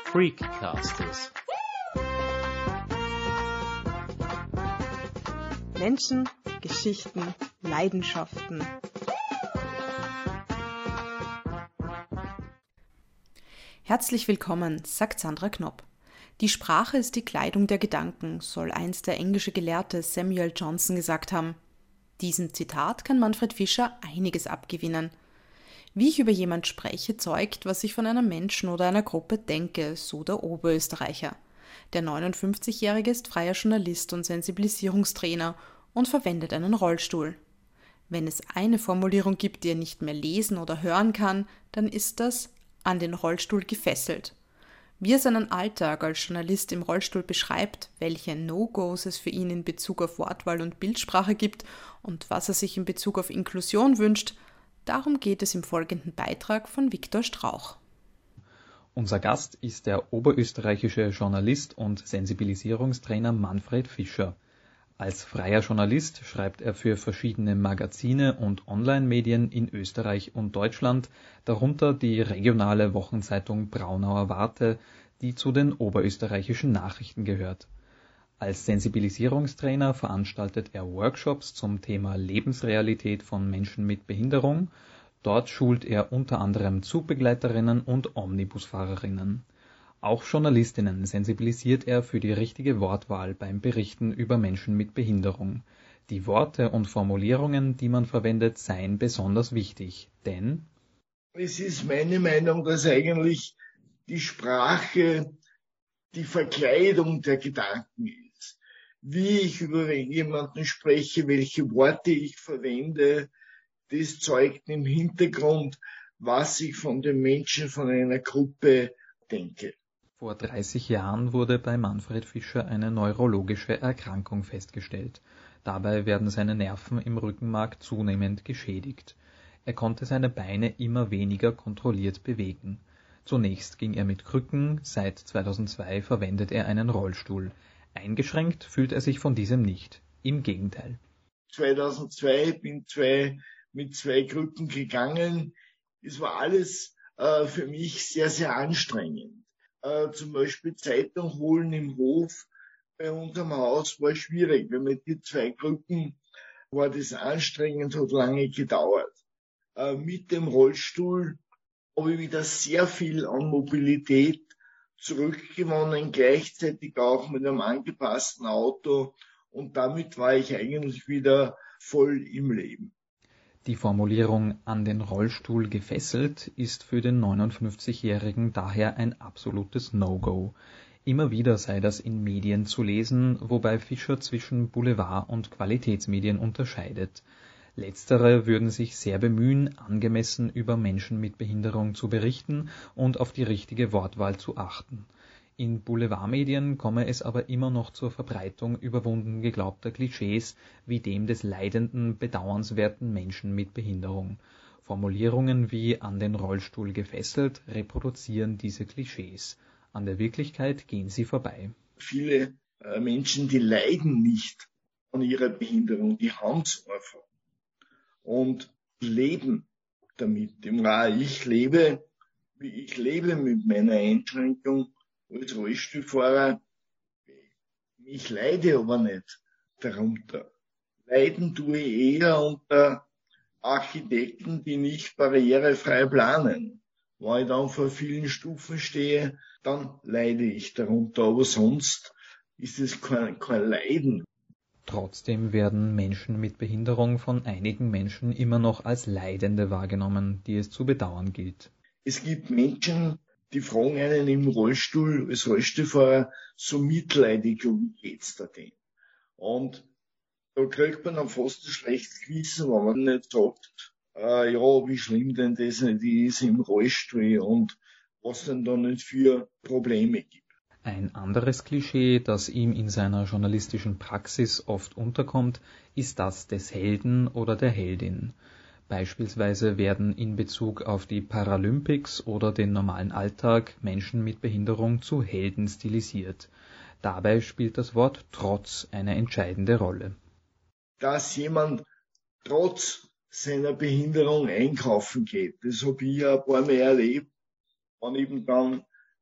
Freakcasters. Menschen, Geschichten, Leidenschaften. Herzlich willkommen, sagt Sandra Knopp. Die Sprache ist die Kleidung der Gedanken, soll einst der englische Gelehrte Samuel Johnson gesagt haben. Diesem Zitat kann Manfred Fischer einiges abgewinnen. Wie ich über jemand spreche, zeugt, was ich von einem Menschen oder einer Gruppe denke, so der Oberösterreicher. Der 59-Jährige ist freier Journalist und Sensibilisierungstrainer und verwendet einen Rollstuhl. Wenn es eine Formulierung gibt, die er nicht mehr lesen oder hören kann, dann ist das an den Rollstuhl gefesselt. Wie er seinen Alltag als Journalist im Rollstuhl beschreibt, welche No-Gos es für ihn in Bezug auf Wortwahl und Bildsprache gibt und was er sich in Bezug auf Inklusion wünscht, darum geht es im folgenden Beitrag von Viktor Strauch. Unser Gast ist der oberösterreichische Journalist und Sensibilisierungstrainer Manfred Fischer. Als freier Journalist schreibt er für verschiedene Magazine und Online-Medien in Österreich und Deutschland, darunter die regionale Wochenzeitung Braunauer Warte, die zu den oberösterreichischen Nachrichten gehört. Als Sensibilisierungstrainer veranstaltet er Workshops zum Thema Lebensrealität von Menschen mit Behinderung. Dort schult er unter anderem Zugbegleiterinnen und Omnibusfahrerinnen. Auch Journalistinnen sensibilisiert er für die richtige Wortwahl beim Berichten über Menschen mit Behinderung. Die Worte und Formulierungen, die man verwendet, seien besonders wichtig, denn es ist meine Meinung, dass eigentlich die Sprache die Verkleidung der Gedanken ist. Wie ich über jemanden spreche, welche Worte ich verwende, das zeugt im Hintergrund, was ich von den Menschen, von einer Gruppe denke. Vor 30 Jahren wurde bei Manfred Fischer eine neurologische Erkrankung festgestellt. Dabei werden seine Nerven im Rückenmark zunehmend geschädigt. Er konnte seine Beine immer weniger kontrolliert bewegen. Zunächst ging er mit Krücken, seit 2002 verwendet er einen Rollstuhl. Eingeschränkt fühlt er sich von diesem nicht. Im Gegenteil. 2002 bin mit zwei Krücken gegangen. Es war alles für mich sehr, sehr anstrengend. Zum Beispiel Zeitung holen im Hof bei unserem Haus war schwierig. Wenn mit die zwei Krücken war das anstrengend, hat lange gedauert. Mit dem Rollstuhl habe ich wieder sehr viel an Mobilität zurückgewonnen, gleichzeitig auch mit einem angepassten Auto, und damit war ich eigentlich wieder voll im Leben. Die Formulierung »an den Rollstuhl gefesselt« ist für den 59-Jährigen daher ein absolutes No-Go. Immer wieder sei das in Medien zu lesen, wobei Fischer zwischen Boulevard- und Qualitätsmedien unterscheidet. Letztere würden sich sehr bemühen, angemessen über Menschen mit Behinderung zu berichten und auf die richtige Wortwahl zu achten. In Boulevardmedien komme es aber immer noch zur Verbreitung überwunden geglaubter Klischees wie dem des leidenden, bedauernswerten Menschen mit Behinderung. Formulierungen wie »an den Rollstuhl gefesselt« reproduzieren diese Klischees. An der Wirklichkeit gehen sie vorbei. Viele Menschen, die leiden nicht an ihrer Behinderung, die haben es einfach und leben damit. Ich lebe mit meiner Einschränkung als Rollstuhlfahrer. Ich leide aber nicht darunter. Leiden tue ich eher unter Architekten, die nicht barrierefrei planen. Wenn ich dann vor vielen Stufen stehe, dann leide ich darunter, aber sonst ist es kein Leiden. Trotzdem werden Menschen mit Behinderung von einigen Menschen immer noch als Leidende wahrgenommen, die es zu bedauern gilt. Es gibt Menschen, die fragen einen im Rollstuhl, als Rollstuhlfahrer, so mitleidig, wie geht's da denn? Und da kriegt man dann fast ein schlechtes Gewissen, wenn man nicht sagt, ja, wie schlimm denn das nicht ist im Rollstuhl und was denn da nicht für Probleme gibt. Ein anderes Klischee, das ihm in seiner journalistischen Praxis oft unterkommt, ist das des Helden oder der Heldin. Beispielsweise werden in Bezug auf die Paralympics oder den normalen Alltag Menschen mit Behinderung zu Helden stilisiert. Dabei spielt das Wort Trotz eine entscheidende Rolle. Dass jemand trotz seiner Behinderung einkaufen geht, das habe ich ja ein paar Mal erlebt, wenn eben dann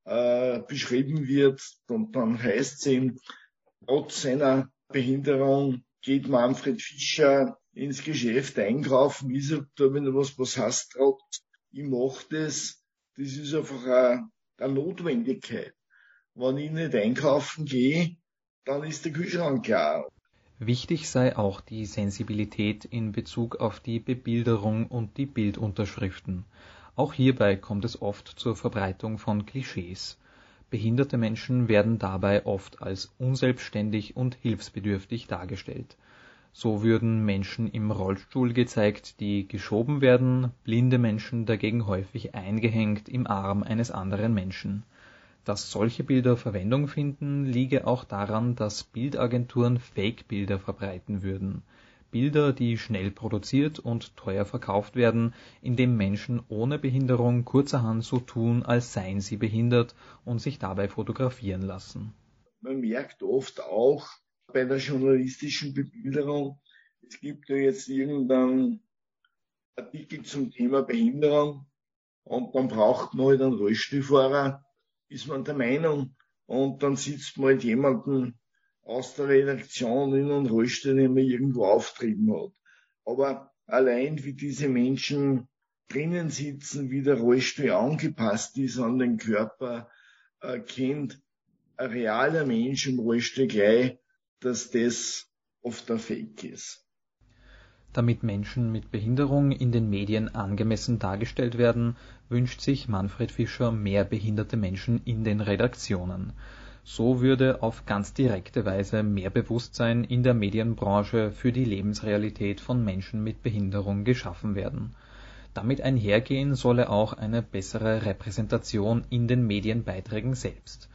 beschrieben wird. Und dann heißt es eben, trotz seiner Behinderung geht Manfred Fischer ins Geschäft einkaufen. Ich sag da, wenn du was hast, trotz, ich mach das. Das ist einfach eine Notwendigkeit. Wenn ich nicht einkaufen gehe, dann ist der Kühlschrank klar. Wichtig sei auch die Sensibilität in Bezug auf die Bebilderung und die Bildunterschriften. Auch hierbei kommt es oft zur Verbreitung von Klischees. Behinderte Menschen werden dabei oft als unselbstständig und hilfsbedürftig dargestellt. So würden Menschen im Rollstuhl gezeigt, die geschoben werden, blinde Menschen dagegen häufig eingehängt im Arm eines anderen Menschen. Dass solche Bilder Verwendung finden, liege auch daran, dass Bildagenturen Fake-Bilder verbreiten würden. Bilder, die schnell produziert und teuer verkauft werden, indem Menschen ohne Behinderung kurzerhand so tun, als seien sie behindert und sich dabei fotografieren lassen. Man merkt oft auch bei der journalistischen Bebilderung, es gibt ja jetzt irgendeinen Artikel zum Thema Behinderung und dann braucht man halt einen Rollstuhlfahrer, ist man der Meinung, und dann sitzt man halt jemanden aus der Redaktion in einem Rollstuhl, den man irgendwo auftrieben hat. Aber allein wie diese Menschen drinnen sitzen, wie der Rollstuhl angepasst ist an den Körper, kennt ein realer Mensch im Rollstuhl gleich, dass das oft ein Fake ist. Damit Menschen mit Behinderung in den Medien angemessen dargestellt werden, wünscht sich Manfred Fischer mehr behinderte Menschen in den Redaktionen. So würde auf ganz direkte Weise mehr Bewusstsein in der Medienbranche für die Lebensrealität von Menschen mit Behinderung geschaffen werden. Damit einhergehen solle auch eine bessere Repräsentation in den Medienbeiträgen selbst.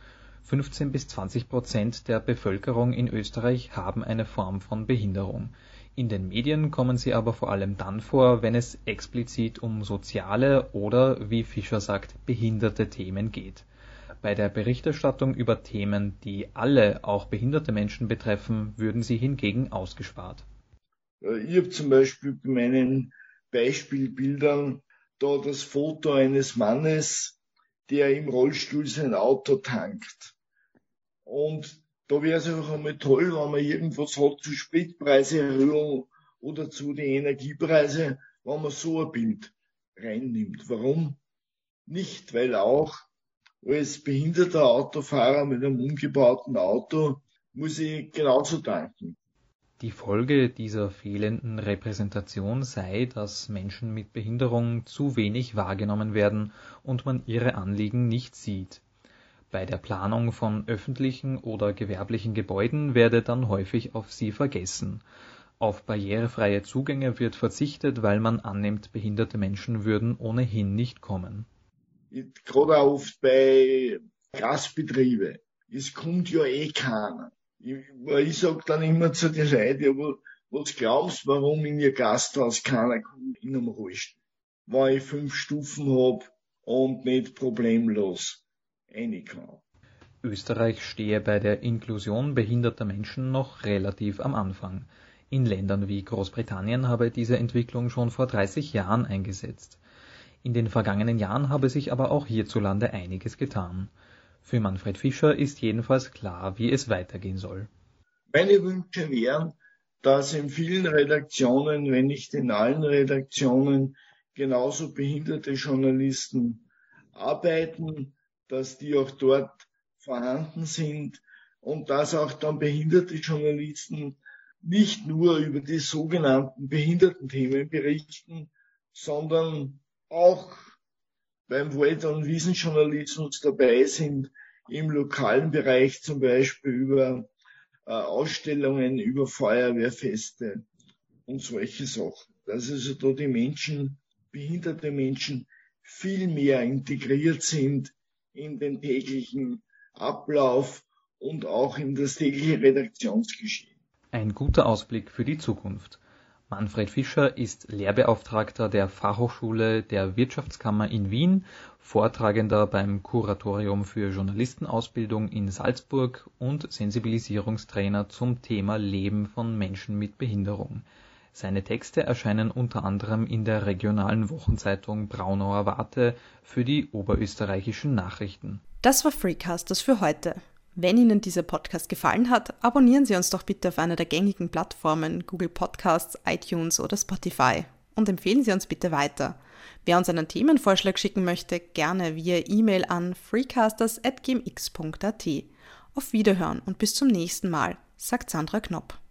15-20% der Bevölkerung in Österreich haben eine Form von Behinderung. In den Medien kommen sie aber vor allem dann vor, wenn es explizit um soziale oder, wie Fischer sagt, behinderte Themen geht. Bei der Berichterstattung über Themen, die alle, auch behinderte Menschen betreffen, würden sie hingegen ausgespart. Ich habe zum Beispiel bei meinen Beispielbildern da das Foto eines Mannes, der im Rollstuhl sein Auto tankt. Und da wäre es einfach einmal toll, wenn man irgendwas hat zu Spritpreiserhöhung oder zu den Energiepreisen, wenn man so ein Bild reinnimmt. Warum nicht? Weil auch als behinderter Autofahrer mit einem umgebauten Auto muss ich genauso tanken. Die Folge dieser fehlenden Repräsentation sei, dass Menschen mit Behinderung zu wenig wahrgenommen werden und man ihre Anliegen nicht sieht. Bei der Planung von öffentlichen oder gewerblichen Gebäuden werde dann häufig auf sie vergessen. Auf barrierefreie Zugänge wird verzichtet, weil man annimmt, behinderte Menschen würden ohnehin nicht kommen. Gerade auch oft bei Gastbetrieben. Es kommt ja eh keiner. Ich sag dann immer zu den Leuten, ja, was glaubst du, warum in ihr Gasthaus keiner kommt in einem Rollstuhl? Weil ich 5 Stufen hab und nicht problemlos rein kann. Österreich stehe bei der Inklusion behinderter Menschen noch relativ am Anfang. In Ländern wie Großbritannien habe diese Entwicklung schon vor 30 Jahren eingesetzt. In den vergangenen Jahren habe sich aber auch hierzulande einiges getan. Für Manfred Fischer ist jedenfalls klar, wie es weitergehen soll. Meine Wünsche wären, dass in vielen Redaktionen, wenn nicht in allen Redaktionen, genauso behinderte Journalisten arbeiten, dass die auch dort vorhanden sind und dass auch dann behinderte Journalisten nicht nur über die sogenannten Behindertenthemen berichten, sondern auch beim Wald- und Wiesenjournalismus dabei sind, im lokalen Bereich zum Beispiel über Ausstellungen, über Feuerwehrfeste und solche Sachen. Dass also da die Menschen, behinderte Menschen, viel mehr integriert sind in den täglichen Ablauf und auch in das tägliche Redaktionsgeschehen. Ein guter Ausblick für die Zukunft. Manfred Fischer ist Lehrbeauftragter der Fachhochschule der Wirtschaftskammer in Wien, Vortragender beim Kuratorium für Journalistenausbildung in Salzburg und Sensibilisierungstrainer zum Thema Leben von Menschen mit Behinderung. Seine Texte erscheinen unter anderem in der regionalen Wochenzeitung Braunauer Warte für die oberösterreichischen Nachrichten. Das war Freecasters für heute. Wenn Ihnen dieser Podcast gefallen hat, abonnieren Sie uns doch bitte auf einer der gängigen Plattformen Google Podcasts, iTunes oder Spotify und empfehlen Sie uns bitte weiter. Wer uns einen Themenvorschlag schicken möchte, gerne via E-Mail an freecasters@gmx.at. Auf Wiederhören und bis zum nächsten Mal, sagt Sandra Knopp.